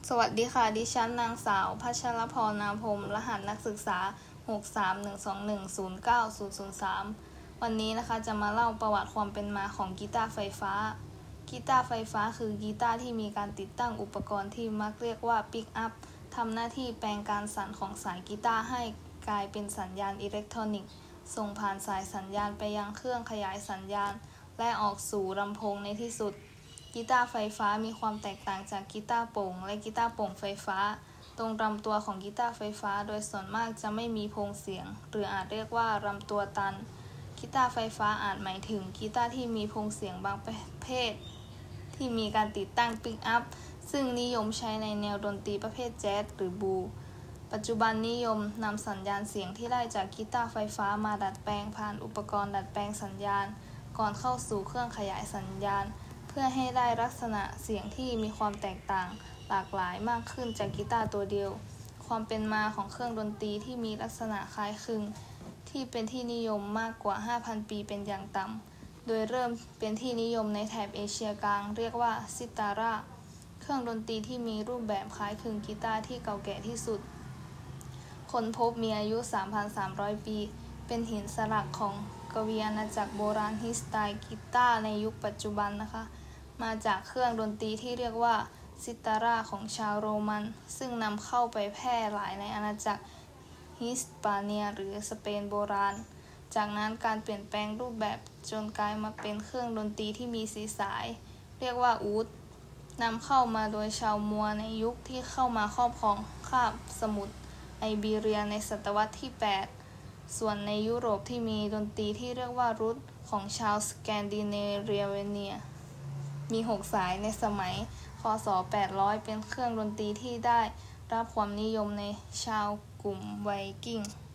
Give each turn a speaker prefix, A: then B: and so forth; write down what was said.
A: สวัสดีค่ะดิฉันนางสาวพัชรพร นาพรหมรหัสนักศึกษา63121090003วันนี้นะคะจะมาเล่าประวัติความเป็นมาของกีตาร์ไฟฟ้ากีตาร์ไฟฟ้าคือกีตาร์ที่มีการติดตั้งอุปกรณ์ที่มักเรียกว่าปิกอัพทำหน้าที่แปลงการสั่นของสายกีตาร์ให้กลายเป็นสัญญาณอิเล็กทรอนิกส์ส่งผ่านสายสัญญาณไปยังเครื่องขยายสัญญาณและออกสู่ลำโพงในที่สุดกีตาร์ไฟฟ้ามีความแตกต่างจากกีตาร์โปร่งและกีตาร์โปร่งไฟฟ้าตรงลำตัวของกีตาร์ไฟฟ้าโดยส่วนมากจะไม่มีโพรงเสียงหรืออาจเรียกว่าลำตัวตันกีตาร์ไฟฟ้าอาจหมายถึงกีตาร์ที่มีโพรงเสียงบางประเภทที่มีการติดตั้งปิกอัพซึ่งนิยมใช้ในแนวดนตรีประเภทแจ๊สหรือบูปัจจุบันนิยมนำสัญญาณเสียงที่ได้จากกีตาร์ไฟฟ้ามาดัดแปลงผ่านอุปกรณ์ดัดแปลงสัญญาณก่อนเข้าสู่เครื่องขยายสัญญาณเพื่อให้ได้ลักษณะเสียงที่มีความแตกต่างหลากหลายมากขึ้นจากกีตาร์ตัวเดียวความเป็นมาของเครื่องดนตรีที่มีลักษณะคล้ายคลึงที่เป็นที่นิยมมากกว่า 5,000 ปีเป็นอย่างต่ำโดยเริ่มเป็นที่นิยมในแถบเอเชียกลางเรียกว่าซิตาราเครื่องดนตรีที่มีรูปแบบคล้ายคลึงกีตาร์ที่เก่าแก่ที่สุดค้นพบมีอายุ 3,300 ปีเป็นหินสลักของกวีอาณาจักรโบราณฮิสไตล์กีตาร์ในยุคปัจจุบันนะคะมาจากเครื่องดนตรีที่เรียกว่าซิตาราของชาวโรมันซึ่งนำเข้าไปแพร่หลายในอาณาจักรฮิสปาเนียหรือสเปนโบราณจากนั้นการเปลี่ยนแปลงรูปแบบจนกลายมาเป็นเครื่องดนตรีที่มีสีสายเรียกว่าอูฐนำเข้ามาโดยชาวมัวในยุคที่เข้ามาครอบครองคาบสมุทรไอเบีเรียในศตวรรษที่ 8ส่วนในยุโรปที่มีดนตรีที่เรียกว่ารุทของชาวสแกนดิเนเวียมี6สายในสมัยค.ศ. 800เป็นเครื่องดนตรีที่ได้รับความนิยมในชาวกลุ่มไวกิ้ง